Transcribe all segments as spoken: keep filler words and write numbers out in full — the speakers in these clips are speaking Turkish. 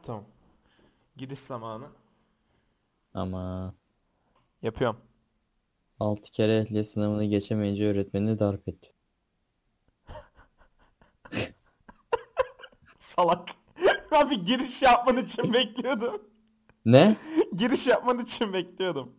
Tamam. Giriş zamanı. Ama Yapıyorum. altı kere ehliyet sınavını geçemeyince öğretmenini darp etti. Salak. Abi giriş yapman için bekliyordum. Ne? Giriş yapman için bekliyordum.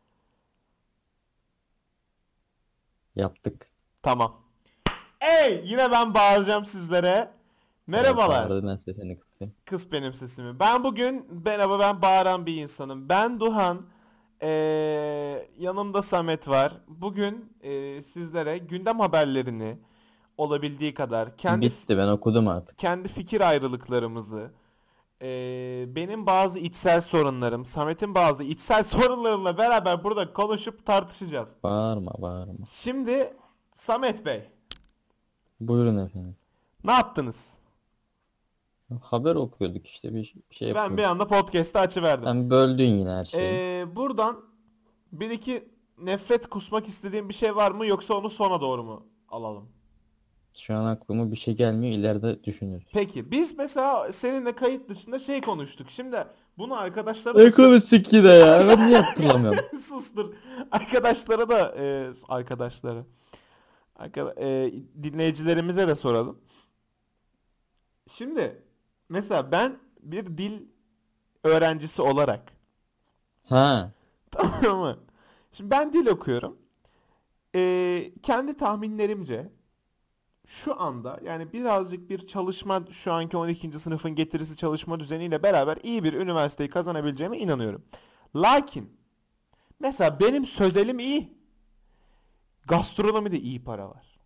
Yaptık. Tamam. Ey, yine ben bağıracağım sizlere. Evet, Merhabalar. bağırdı, ben sesini kısayım. Kız benim sesimi. Ben bugün merhaba ben bağıran bir insanım. Ben Duhan. Ee, yanımda Samet var. Bugün ee, sizlere gündem haberlerini olabildiği kadar kendi Bitti, ben okudum artık. kendi fikir ayrılıklarımızı, ee, benim bazı içsel sorunlarım, Samet'in bazı içsel sorunlarımla beraber burada konuşup tartışacağız. Bağırma bağırma. Şimdi Samet Bey, Buyurun efendim. ne yaptınız? Haber okuyorduk işte, bir, bir şey Ben bir yapıyorduk. anda podcast'ı açıverdim. Sen böldün yine her şeyi. Ee, buradan bir iki nefret kusmak istediğim bir şey var mı yoksa onu sona doğru mu alalım? Şu an aklıma bir şey gelmiyor, ileride düşünürüz. Peki biz mesela seninle kayıt dışında şey konuştuk. Şimdi bunu arkadaşlara da sö- Ekonomi sikki de ya, ben niye hatırlamıyorum. sustur. Arkadaşlara da e, arkadaşlara arka- e, dinleyicilerimize de soralım. Şimdi mesela ben bir dil öğrencisi olarak Ha, tamam mı? Şimdi ben dil okuyorum. E, kendi tahminlerimce şu anda yani birazcık bir çalışma şu anki on ikinci sınıfın getirisi çalışma düzeniyle beraber iyi bir üniversiteyi kazanabileceğime inanıyorum. Lakin mesela benim sözelim iyi. Gastronomide iyi para var.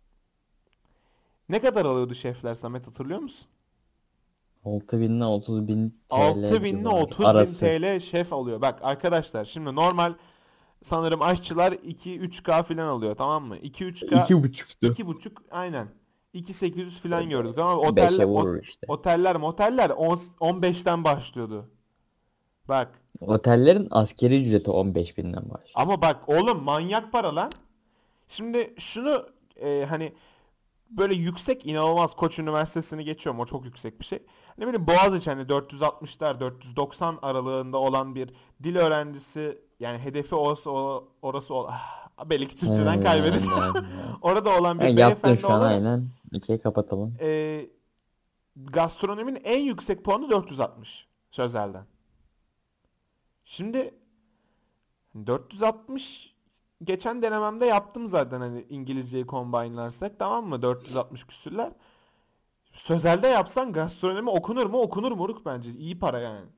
Ne kadar alıyordu şefler Samet hatırlıyor musun? altı bin ile otuz bin T L altı bin ile civarı otuz bin arası. T L şef alıyor. Bak arkadaşlar şimdi normal sanırım aşçılar iki üç K falan alıyor tamam mı? iki üç K İki buçuktu. iki buçuk aynen. iki sekiz yüz falan gördük ama Beşe oteller ot- vurur işte. oteller moteller on, on beşten başlıyordu. Bak Otellerin askeri ücreti on beş binden başlıyor. ama bak oğlum manyak para lan. Şimdi şunu e, hani böyle yüksek inanılmaz Koç Üniversitesi'ni geçiyorum o çok yüksek bir şey. Ne bileyim Boğaziçi hani dört yüz altmışlar dört yüz doksan aralığında olan bir dil öğrencisi yani hedefi orası o- orası ol ah, belki He, Türkçeden kaybedeceğim. anladım. Orada olan Yani bir yaptın beyefendi şu an, olarak aynen. İkiye kapatalım. e, gastronominin en yüksek puanı dört yüz altmış sözelden. Şimdi dört yüz altmış geçen denememde yaptım zaten hani İngilizceyi combine'larsak tamam mı? dört yüz altmış küsürler. Sözelde yapsan gastronomi okunur mu? Okunur moruk bence. İyi para yani.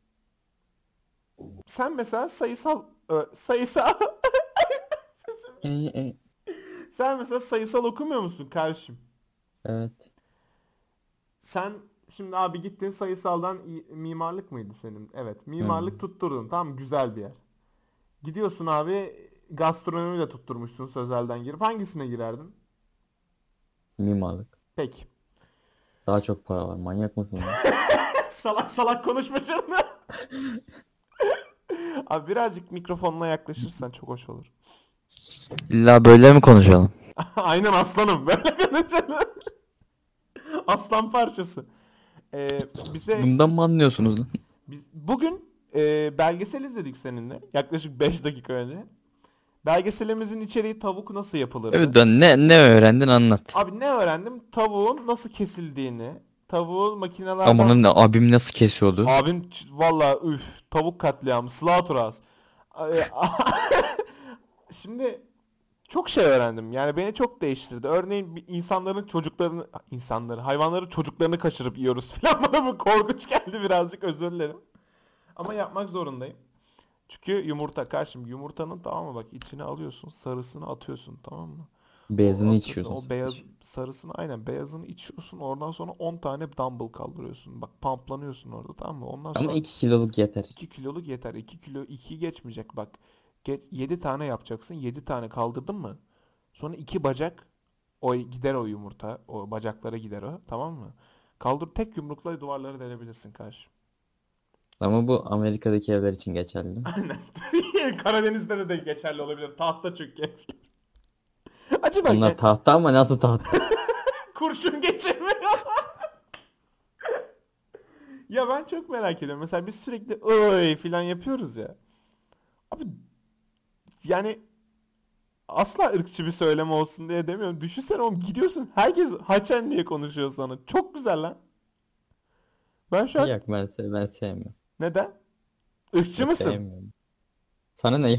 Sen mesela sayısal ö- sayısal E, e, sen mesela sayısal okumuyor musun kardeşim? evet. Sen şimdi abi gittin sayısaldan i- mimarlık mıydı senin? Evet, mimarlık Hmm, tutturdun. Tamam güzel bir yer. Gidiyorsun abi gastronomi de tutturmuşsun sözelden girip hangisine girerdin? mimarlık. Peki. Daha çok para var. Manyak mısın lan? Salak salak konuşma şimdi. Abi birazcık mikrofonuna yaklaşırsan çok hoş olur. İlla böyle mi konuşalım? Aynen aslanım. Böyle konuşalım. Aslan parçası. Ee, bize Bundan mı anlıyorsunuz lan? biz bugün e, belgesel izledik seninle. Yaklaşık beş dakika önce. Belgeselimizin içeriği tavuk nasıl Evet, yapılırdı? lan ne ne öğrendin, anlat. Abi ne öğrendim? Tavuğun nasıl kesildiğini, tavuğun makinelerden Amanın, abim nasıl kesiyordu? abim ç- valla üf tavuk katliamı slaughterhouse. Ay- Şimdi çok şey öğrendim. Yani beni çok değiştirdi. Örneğin bir insanların çocuklarını, insanları, hayvanların çocuklarını kaçırıp yiyoruz falan. Bana bu korkunç geldi birazcık özür dilerim. Ama yapmak zorundayım. Çünkü yumurta karşım yumurtanın tamam mı bak içine alıyorsun sarısını atıyorsun tamam mı? O Beyazını atıyorsun içiyorsun o beyaz sadece. sarısını aynen beyazını içiyorsun oradan sonra on tane dumbbell kaldırıyorsun. Bak pamplanıyorsun orada tamam mı? Ondan Ama sonra iki kiloluk yeter. iki kiloluk yeter. iki kilo iki geçmeyecek bak. Yedi tane yapacaksın. Yedi tane kaldırdın mı? Sonra iki bacak o gider o yumurta. O bacaklara gider o. Tamam mı? Kaldır tek yumrukla duvarları delebilirsin karşı. Ama bu Amerika'daki evler için geçerli. Aynen. Karadeniz'de de, de geçerli olabilir. Tahta çünkü. Acaba Onlar yani tahta ama nasıl tahta? kurşun geçirmiyor. Ya ben çok merak ediyorum. Mesela biz sürekli oy falan yapıyoruz ya. Abi yani asla ırkçı bir söylem olsun diye demiyorum. Düşünsene oğlum, gidiyorsun herkes haçen diye konuşuyor sana. Çok güzel lan. Ben şu an Yok ben, se- ben sevmiyorum. neden? Irkçı Ben mısın? sevmiyorum. Sana ne ya?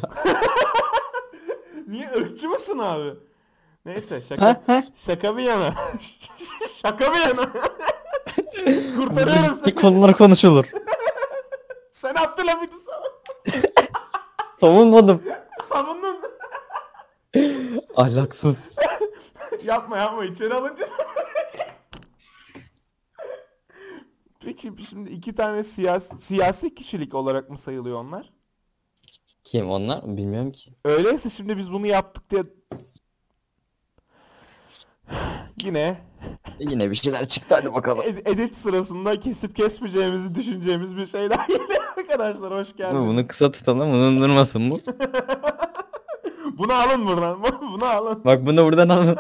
Niye ırkçı mısın abi? Neyse şaka Ha ha. şaka bir yana. Şaka bir yana. Burada Kurtarıyorum ciddi seni. konular konuşulur. Sen Abdülhamid'i savun. Savunmadım. Savundun. Ahlaksız. Yapma yapma, içeri alınca. Peki şimdi iki tane siyasi, siyasi kişilik olarak mı sayılıyor onlar? Kim onlar? Bilmiyorum ki. Öyleyse şimdi biz bunu yaptık diye yine Yine bir şeyler çıktı, hadi bakalım. ed- edit sırasında kesip kesmeyeceğimizi düşüneceğimiz bir şey daha geliyor arkadaşlar, hoş Ama geldiniz. bunu kısa tutalım, bunun durmasın bu. Bunu alın buradan. Bunu alın. Bak bunu buradan al.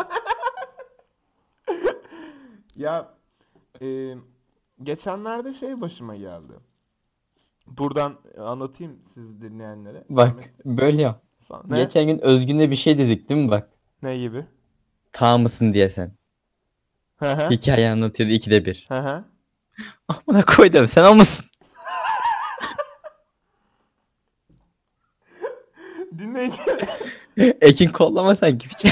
Ya e, geçenlerde şey başıma geldi. Buradan anlatayım siz dinleyenlere. Bak Samet- böyle yap. Sa- ne? Geçen gün Özgün'e bir şey dedik değil mi bak? Ne gibi? K mısın diye sen. Hı hı. Hikaye anlatıyordu ikide bir. Hı hı. Amına koydum, sen o musun? Dinleyici. Ekin kollama sanki bir şey.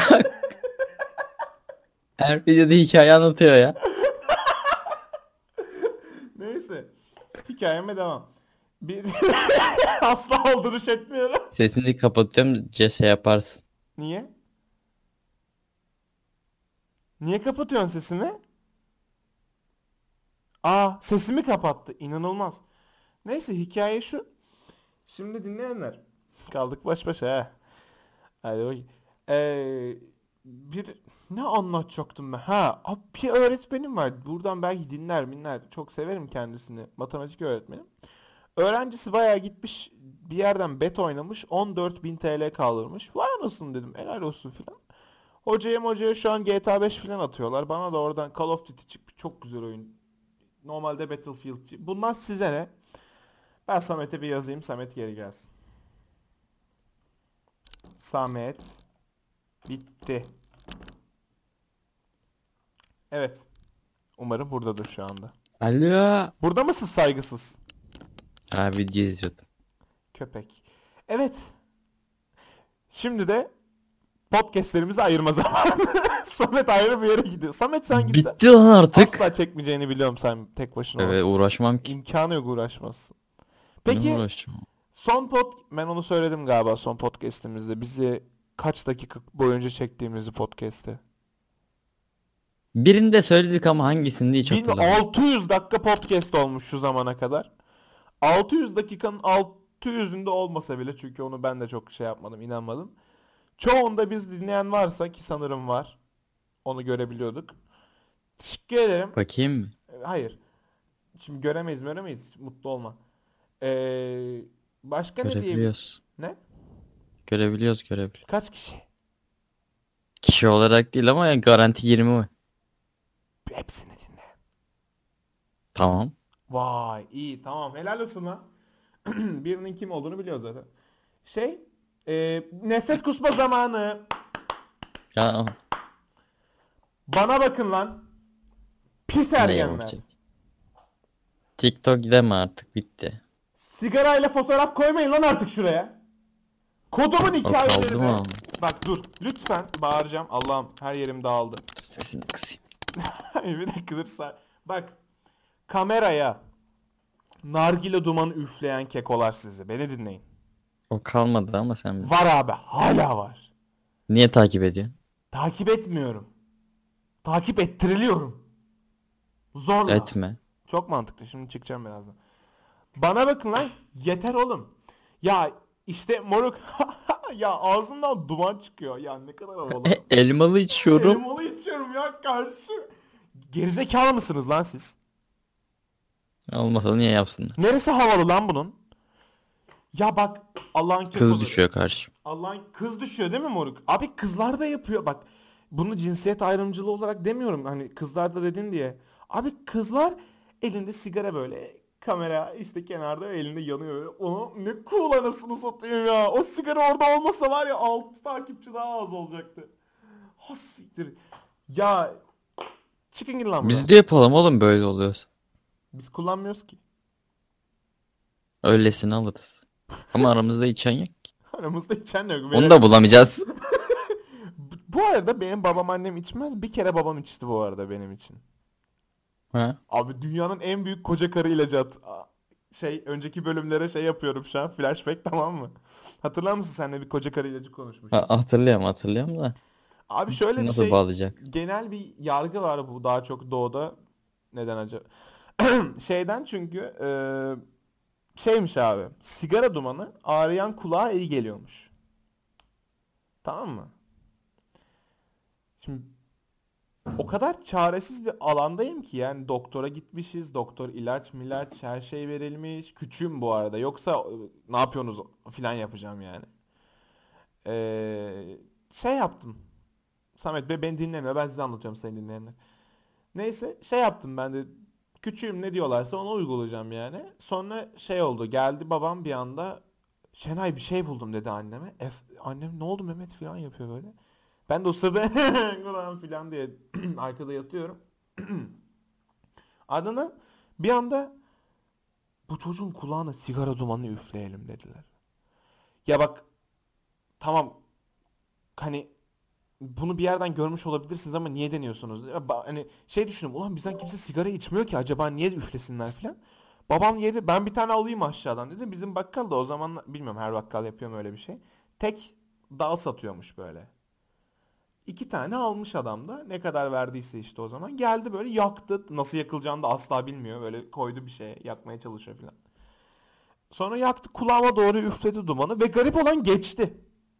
Her videoda hikaye anlatıyor ya. Neyse. Hikayeme devam. Bir asla aldırış etmiyorum. Sesini kapatıyorum, ce şey yaparsın. Niye? Niye kapatıyorsun sesimi? Aa, sesimi kapattı. İnanılmaz. Neyse, hikaye şu. Şimdi dinleyenler. Kaldık baş başa ha. Hadi bakayım. Ee, bir ne anlatacaktım ben? Ha, abi bir öğretmenim var. Buradan belki dinler minler. Çok severim kendisini. Matematik öğretmenim. Öğrencisi bayağı gitmiş bir yerden bet oynamış. on dört bin T L kaldırmış. Vay anasını dedim. Helal olsun filan. Hocaya hocaya şu an G T A beş filan atıyorlar. Bana da oradan Call of Duty çıkmış. Çok güzel oyun. Normalde Battlefield. Bundan size ne? Ben Samet'e bir yazayım. Samet geri gelsin. Samet. Bitti. Evet. Umarım buradadır şu anda. Alo. Burada mısın saygısız? Ha, video izliyordum. Köpek. Evet. Şimdi de podcastlerimizi ayırma zamanı. Samet ayrı bir yere gidiyor. Samet sen gitsen Bitti lan artık. asla çekmeyeceğini biliyorum sen tek başına Evet, olsan. uğraşmam ki. İmkanı yok, uğraşmazsın. Ne Peki uğraşacağım? son pod... Ben onu söyledim galiba son podcastimizde. Bizi kaç dakika boyunca çektiğimizi podcast'te. Birini de söyledik ama hangisini hiç Bilmiyorum, hatırlamıyorum. altı yüz dakika podcast olmuş şu zamana kadar. altı yüz dakikanın altı yüzünde olmasa bile, çünkü onu ben de çok şey yapmadım, inanmadım. Çoğunda biz dinleyen varsa, ki sanırım var. Onu görebiliyorduk. Teşekkür ederim. Bakayım mı? Ee, Hayır. Şimdi göremeyiz göremeyiz. Mutlu olma. Ee, başka ne diyebilirim? Görebiliyoruz. Ne? Görebiliyoruz görebiliyoruz. Kaç kişi? Kişi olarak değil ama garanti yirmi var. Hepsini dinle. Tamam. Vay iyi, tamam, helal olsun lan. Birinin kim olduğunu biliyor zaten. Şey, e, nefret kusma zamanı. Ya Bana bakın lan. Pis ne ergenler. yapacak? TikTok deme artık, bitti. Sigarayla fotoğraf koymayın lan artık şuraya. Kodumun O kaldı hikayeleri mı de. ama? Bak dur lütfen, bağıracağım. Allah'ım, her yerim dağıldı. Dur, sesini kısayım. Bir dakika dur sen. Bak, kameraya nargile dumanı üfleyen kekolar sizi. Beni dinleyin. O kalmadı ama sen bil. Var abi, hala var. Niye takip ediyorsun? Takip etmiyorum. Takip ettiriliyorum. Zorla. Etme. Çok mantıklı. Şimdi çıkacağım birazdan. Bana bakın lan. Yeter oğlum. Ya işte moruk. Ya ağzımdan duman çıkıyor. Ya ne kadar havalı. E, elmalı içiyorum. Elmalı içiyorum ya karşı. Gerizekalı mısınız lan siz? Olmasa niye yapsınlar? Neresi havalı lan bunun? Ya bak, Allah'ın Kız kekoları. düşüyor karşı. Allah'ın kız düşüyor değil mi moruk? Abi kızlar da yapıyor bak. Bunu cinsiyet ayrımcılığı olarak demiyorum. Hani kızlar da dedin diye. Abi kızlar elinde sigara böyle Kamera işte kenarda elinde yanıyor böyle. Onu ne cool anasını satayım ya. O sigara orada olmasa var ya altı takipçi daha az olacaktı. Ha siktir. Ya çıkın gidin lan buradan. Biz de yapalım oğlum böyle oluyorsa. Biz kullanmıyoruz ki. Öylesini alırız. Ama aramızda içen yok. Aramızda içen yok. Onu Verelim. da bulamayacağız. Bu arada benim babam annem içmez. Bir kere babam içti bu arada benim için. Ha? Abi dünyanın en büyük koca karı ilacı at. Şey önceki bölümlere şey yapıyorum şu an flashback, tamam mı? Hatırlar mısın seninle bir koca karı ilacı konuşmuştuk. Ha, hatırlıyorum hatırlıyorum da. Abi şöyle bir Nasıl şey, bağlayacak? genel bir yargı var bu daha çok doğuda. Neden acaba? Şeyden çünkü e, şeymiş abi. Sigara dumanı ağrıyan kulağa iyi geliyormuş. Tamam mı? Şimdi o kadar çaresiz bir alandayım ki yani doktora gitmişiz. Doktor ilaç milaç her şey verilmiş. Küçüğüm bu arada. Yoksa e, ne yapıyorsunuz filan yapacağım yani. Ee, şey yaptım. Samet Bey beni dinlemiyor. Ben size anlatıyorum sayın dinleyenler. Neyse şey yaptım ben de. Küçüğüm ne diyorlarsa onu uygulayacağım yani. Sonra şey oldu. Geldi babam bir anda. Şenay bir şey buldum dedi anneme. Ef- annem ne oldu Mehmet filan yapıyor böyle. Ben de o sırada falan filan diye arkada yatıyorum. Ardından bir anda bu çocuğun kulağına sigara dumanını üfleyelim dediler. Ya bak tamam hani bunu bir yerden görmüş olabilirsiniz ama niye deniyorsunuz? Ya ba- Hani şey düşündüm. Ulan bizden kimse sigara içmiyor ki acaba niye üflesinler filan. Babam yedi ben bir tane alayım aşağıdan dedi. Bizim bakkal da o zaman bilmiyorum her bakkal yapıyor mu öyle bir şey. Tek dal satıyormuş böyle. İki tane almış adam da ne kadar verdiyse işte o zaman. Geldi böyle yaktı. Nasıl yakılacağını da asla bilmiyor. Böyle koydu bir şeye yakmaya çalışıyor filan. Sonra yaktı kulağıma doğru üfledi dumanı ve garip olan geçti.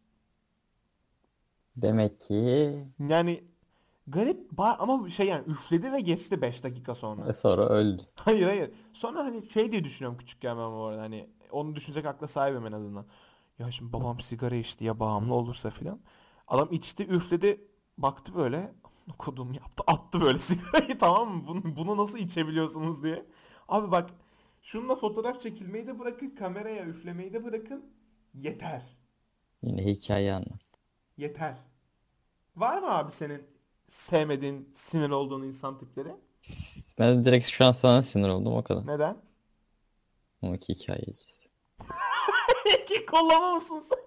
Demek ki Yani garip ba- ama şey yani üfledi ve geçti beş dakika sonra. sonra öldü. Hayır hayır. Sonra hani şey diye düşünüyorum küçükken ben bu arada hani onu düşünecek akla sahibim en azından. Ya şimdi babam sigara içti ya bağımlı olursa filan. Adam içti üfledi baktı böyle kodum yaptı attı böyle sigarayı, tamam mı? Bunu, bunu nasıl içebiliyorsunuz diye. Abi bak şununla fotoğraf çekilmeyi de bırakın, kameraya üflemeyi de bırakın. Yeter. Yine hikaye anlat. Yeter. Var mı abi senin sevmediğin, sinir olduğun insan tipleri? Ben de direkt şu an sana sinir oldum o kadar. Neden? Ama ki hikayeciyiz. İki kollama mısın sen?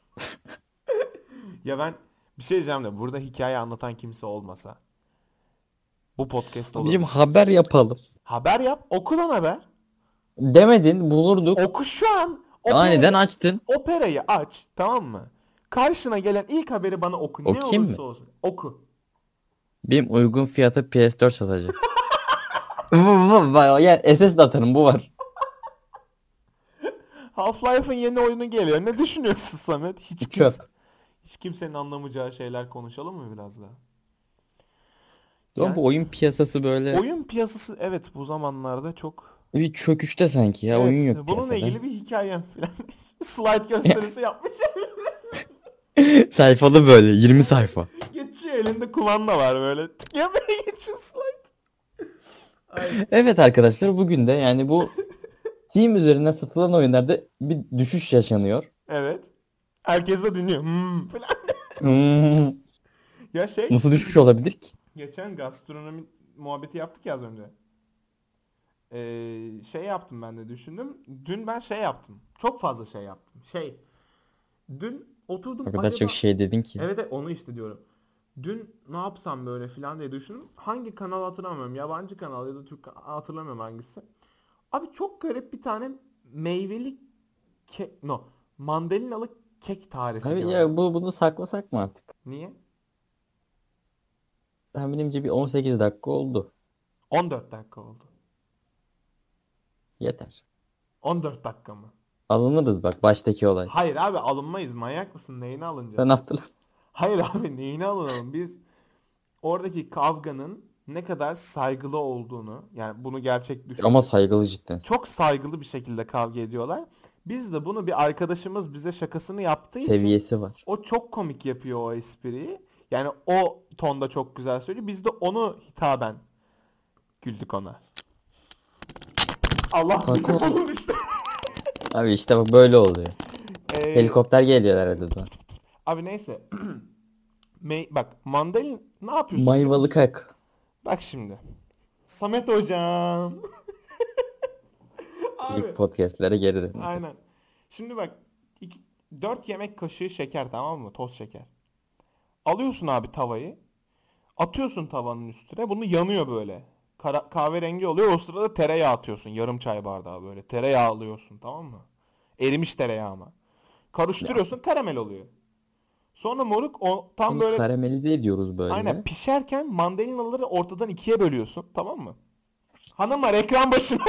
Ya ben bir şey diyeceğim de burada hikaye anlatan kimse olmasa bu podcast olur Abicim mu? haber yapalım. Haber yap, oku lan haber. Demedin bulurduk. Oku şu an. Aniden Operayı, açtın. operayı aç, tamam mı? Karşına gelen ilk haberi bana oku. Ne Okuyayım mı? olursa olsun. Oku. Benim uygun fiyata P S dört satacak. Bu bu var. Yani S S de atarım bu var. Half-Life'ın yeni oyunu geliyor. Ne düşünüyorsun Samet? Hiç kimse, Çöp. hiç kimsenin anlamayacağı şeyler konuşalım mı biraz daha? Ama Yani bu oyun piyasası böyle oyun piyasası evet bu zamanlarda çok. bir çöküşte sanki ya. Oyun Evet, yok bununla piyasada. ilgili bir hikayem falan. Slide gösterisi yapmış. Sayfalı böyle yirmi sayfa. Geçiyor elinde kumanda var böyle. Tıklamaya geçiyor slide. Ay. Evet arkadaşlar bugün de yani bu Steam üzerinden satılan oyunlarda bir düşüş yaşanıyor. Evet. Herkes de dinliyor. Hmm, falan. Hmm, Ya şey, nasıl düşüş olabilir ki? geçen gastronomi muhabbeti yaptık ya az önce. Ee, şey yaptım ben de düşündüm. Dün ben şey yaptım. Çok fazla şey yaptım. Şey. Dün oturdum O kadar çok acaba. şey dedin ki. Evet evet, onu işte diyorum. Dün ne yapsam böyle filan diye düşündüm. Hangi kanal hatırlamıyorum. Yabancı kanal ya da Türk kanal hatırlamıyorum hangisi. Abi çok garip bir tane meyveli kek, no, mandalinalı kek tarifi Abi gördüm. ya bu bunu saklasak mı artık? Niye? Tahminimce bir on sekiz dakika oldu. on dört dakika oldu. Yeter. on dört dakika mı? Alınırız bak baştaki olay. Hayır abi alınmayız. Manyak mısın? Neyini Ben alınacağız? hatırlam. Hayır abi neyini alınalım? Biz oradaki kavganın ne kadar saygılı olduğunu, yani bunu gerçek Ama düşündük. saygılı cidden. Çok saygılı bir şekilde kavga ediyorlar. Biz de bunu bir arkadaşımız bize şakasını yaptığı için Seviyesi var. o çok komik yapıyor o espriyi. Yani o tonda çok güzel söylüyor. Biz de onu hitaben güldük ona. Allah Taco. bilir işte. Abi işte bak böyle oluyor. Ee, Helikopter geliyor herhalde o zaman. abi neyse. Me- bak mandalin ne yapıyorsun biliyor Mayvalı musun? kak. Bak şimdi. Samet hocam. Abi İlk podcastlere geri döndük. aynen. Şimdi bak iki, dört yemek kaşığı şeker, tamam mı? Toz şeker. Alıyorsun abi tavayı. Atıyorsun tavanın üstüne. Bunu yanıyor böyle. Kara, kahverengi oluyor. O sırada tereyağı atıyorsun. Yarım çay bardağı böyle. Tereyağı alıyorsun, tamam mı? Erimiş tereyağı ama. Ya Karıştırıyorsun, karamel oluyor. Sonra moruk o tam onu böyle karamelize ediyoruz aynen böyle. pişerken mandalinaları ortadan ikiye bölüyorsun, tamam mı? Hanımlar ekran başına.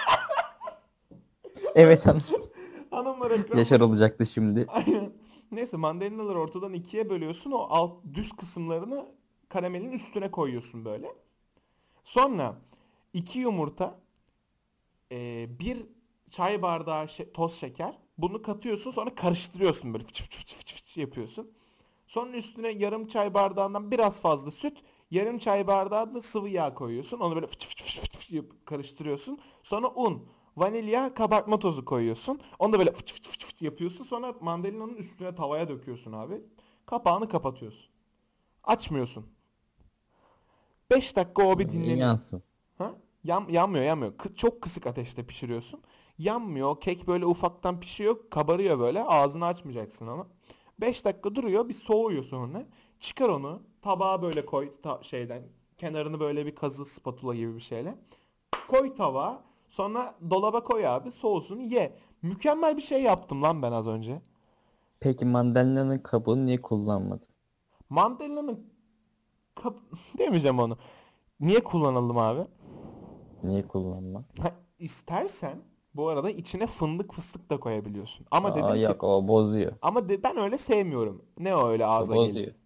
Evet hanım. Hanımlar ekran Yaşar başına. olacaktı şimdi. Aynen. Neyse mandalinaları ortadan ikiye bölüyorsun. O alt düz kısımlarını karamelin üstüne koyuyorsun böyle. Sonra iki yumurta, e, bir çay bardağı şe- toz şeker. Bunu katıyorsun, sonra karıştırıyorsun böyle fıç fıç fıç fıç fıç yapıyorsun. Sonra üstüne yarım çay bardağından biraz fazla süt, yarım çay bardağı da sıvı yağ koyuyorsun. Onu böyle fıç fıç fıç fıç fıç yapıp karıştırıyorsun. Sonra un, vanilya, kabartma tozu koyuyorsun. Onu da böyle fıç fıç fıç fıç yapıyorsun. Sonra mandalinanın üstüne tavaya döküyorsun abi. Kapağını kapatıyorsun. Açmıyorsun. beş dakika o bir İyi dinleniyor. yansın. Ha? Yan, yanmıyor yanmıyor. Kı- çok kısık ateşte pişiriyorsun. Yanmıyor. Kek böyle ufaktan pişiyor. Kabarıyor böyle. Ağzını açmayacaksın ama. beş dakika duruyor. Bir soğuyor sonra. Çıkar onu. Tabağa böyle koy ta- şeyden. Kenarını böyle bir kazı spatula gibi bir şeyle. Koy tabağa. Sonra dolaba koy abi. Soğusun ye. Mükemmel bir şey yaptım lan ben az önce. Peki mandalina'nın kabuğunu niye kullanmadın? Mandalina'nın kap... demeyeceğim onu. Niye kullanalım abi? Niye kullanma? Ha, istersen bu arada içine fındık fıstık da koyabiliyorsun. Ama Aa dedim ki yok o bozuyor. ama de, ben öyle sevmiyorum. Ne o öyle O ağza gelip. bozuyor.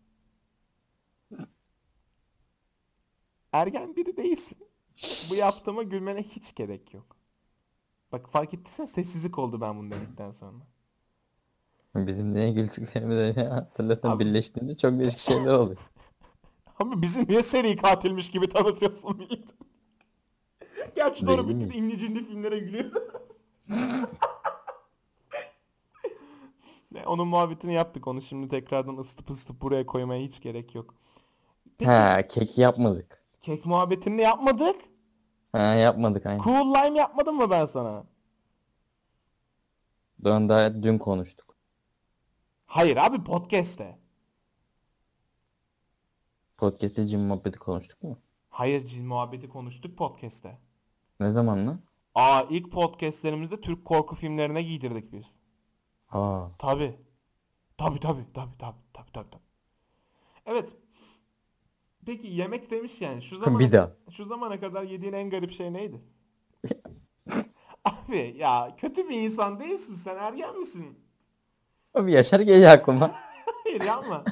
Ergen biri değilsin. Bu yaptığıma gülmene hiç gerek yok. Bak fark ettiysen sessizlik oldu ben bunu dedikten sonra. Bizim neye güldüklerimizi hatırlasam Abi, birleştirince çok değişik şeyler oluyor. ama bizi niye seri katilmiş gibi tanıtıyorsun millete? Gerçi doğru, Değil bütün mi? İnli cinli filmlere gülüyor. Ne, onun muhabbetini yaptık. Onu şimdi tekrardan ısıtıp ısıtıp buraya koymaya hiç gerek yok. Peki Ha kek yapmadık. kek muhabbetini yapmadık. Ha yapmadık aynen. Cool Lime yapmadım mı ben sana? Daha daha dün konuştuk. Hayır abi, podcast'te. Podcast'te cim muhabbeti konuştuk mu? Hayır, cin muhabbeti konuştuk podcast'te. Ne zaman lan? Aa, ilk podcast'lerimizde Türk korku filmlerine giydirdik biz. Aa. Tabi. Tabi tabi tabi tabi tabi tabi. Tabi. Evet. Peki yemek demiş yani. Şu zamana Bir daha. şu zamana kadar yediğin en garip şey neydi? Abi ya, kötü bir insan değilsin sen, ergen misin? Abi Yaşar geliyor aklıma. Hayır, yapma.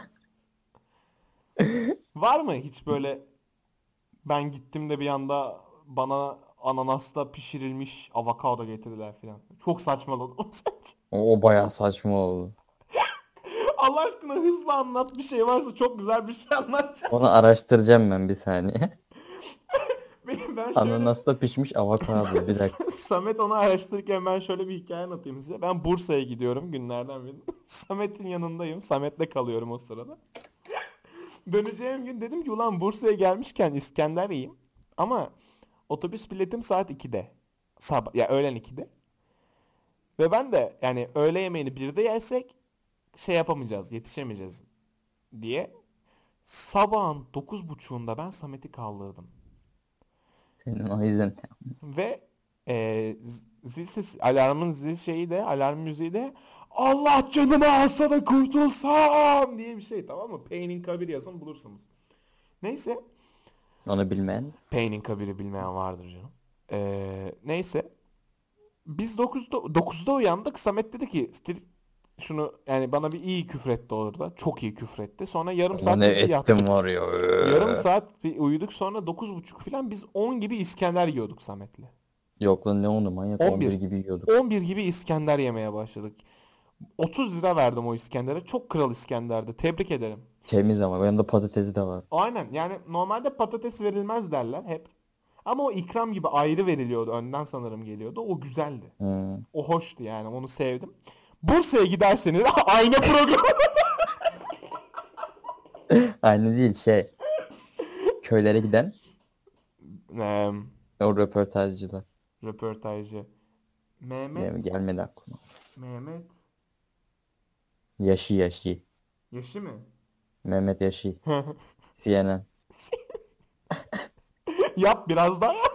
Var mı hiç böyle, ben gittim de bir anda bana ananasla pişirilmiş avokado getirdiler filan. Çok saçmaladım sence? O, o bayağı saçma oldu. Allah aşkına hızlı anlat, bir şey varsa çok güzel bir şey anlatacağım. Onu araştıracağım ben bir saniye. Ben ben şöyle Ananasla pişmiş avokado. Bir dakika. Samet onu araştırırken ben şöyle bir hikaye anlatayım size. Ben Bursa'ya gidiyorum günlerden bir. Samet'in yanındayım. Samet'le kalıyorum o sırada. Döneceğim gün dedim ki ulan Bursa'ya gelmişken İskender yiyeyim. Ama otobüs biletim saat ikide. Sabah ya, öğlen ikide. Ve ben de yani öğle yemeğini birde yersek şey yapamayacağız, yetişemeyeceğiz diye sabahın dokuz buçuğunda ben Samet'i kaldırdım. Senin o yüzden. Ve e, z- zil sesi, alarmın zil şeyi de, alarm müziği de Allah canımı alsa da kurtulsam diye bir şey, tamam mı? Pain'in kabiri yazın bulursunuz. Neyse. Onu bilmeyen. Pain'in kabiri bilmeyen vardır canım. Ee, neyse. Biz dokuzda, dokuzda uyandık. Samet dedi ki "Stil- şunu yani bana bir iyi küfretti orada. Çok iyi küfretti. Sonra yarım Ama saat ne biz bir ettim yattık. var ya. Yarım Öö. saat bir uyuduk, sonra dokuz buçuk falan biz on gibi İskender yiyorduk Samet'le. Yok lan ne onu manyak on bir on bir. gibi yiyorduk. on bir gibi İskender yemeye başladık. otuz lira verdim o İskender'e. Çok kral İskender'di. Tebrik ederim. Temiz ama yanında patatesi de var. Aynen, yani normalde patates verilmez derler hep. Ama o ikram gibi ayrı veriliyordu. Önden sanırım geliyordu. O güzeldi. Hmm. O hoştu yani. Onu sevdim. Bursa'ya giderseniz aynı program. Aynı değil şey. Köylere giden Eee, o röportajcılar. röportajcı. Mehmet. Benim gelmedi aklıma. Mehmet. Yaşı yaşı. Yaşı mı? Mehmet Yaşı. C N N. Yap biraz daha yap.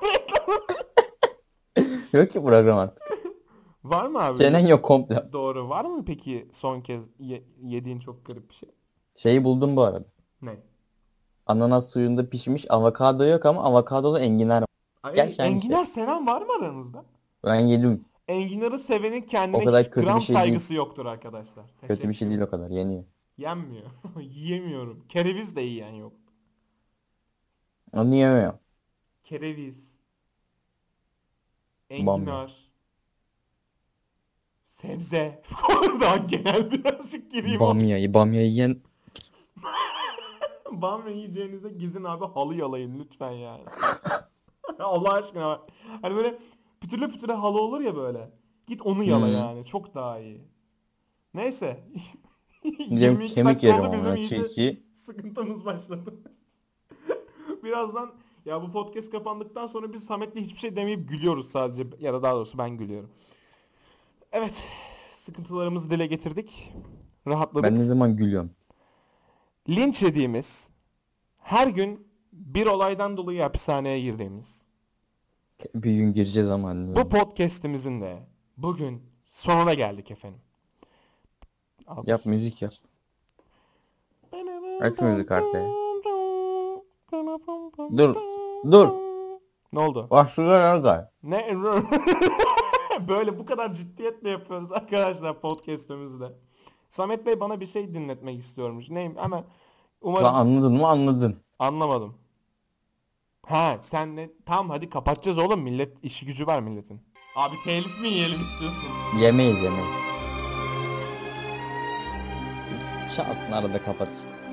Yok ki program artık. Var mı abi? C N N yok komple. Doğru. Var mı peki son kez ye- yediğin çok garip bir şey? Şeyi buldum bu arada. Ne? Ananas suyunda pişmiş avokado yok ama avokadolu enginar var. Ay, Gerçi aynı enginar şey. seven var mı aranızda? Ben yedim. Enginarı sevenin kendine O kadar hiç kötü gram bir şey değil. saygısı yoktur arkadaşlar. Kötü bir şey değil Teşekkür. o kadar. Yeniyor. Yenmiyor. Yiyemiyorum. Kereviz de yiyen yok. Onu yemiyorum. Kereviz, Bamya. enginar, sebze. Daha genel birazcık gireyim. o- Bamyayı. Bamyayı yiyen Bamya yiyeceğinize gidin abi halı yalayın lütfen yani. Allah aşkına bak. Hani böyle pütürle pütürle halı olur ya böyle. Git onu yala Hmm. yani. Çok daha iyi. Neyse. Cem yirmi iki kemik dakika yerim oldu bizim ona iyice çünkü. sıkıntımız başladı. Birazdan ya bu podcast kapandıktan sonra biz Samet'le hiçbir şey demeyip gülüyoruz sadece. Ya da daha doğrusu ben gülüyorum. Evet. Sıkıntılarımızı dile getirdik. Rahatladık. Ben ne zaman gülüyorum. Linç yediğimiz, her gün bir olaydan dolayı hapishaneye girdiğimiz, Bir gün gireceğiz ama. bu podcast'imizin de bugün sonuna geldik efendim. Al. Yap müzik yap. Aç müzik arkaya. Dur. Dur. Ne oldu? Başlıyor nerede? Ne? Böyle bu kadar ciddiyetle yapıyoruz arkadaşlar podcast'imizde. Samet Bey bana bir şey dinletmek istiyormuş. Neyim? Hemen umarım Lan anladın mı anladın. anlamadım. Ha sen ne? Tamam hadi kapatacağız oğlum. Millet işi gücü var milletin. Abi telif mi yiyelim istiyorsun? Yemeyiz yemeyiz. Çat arada kapat işte.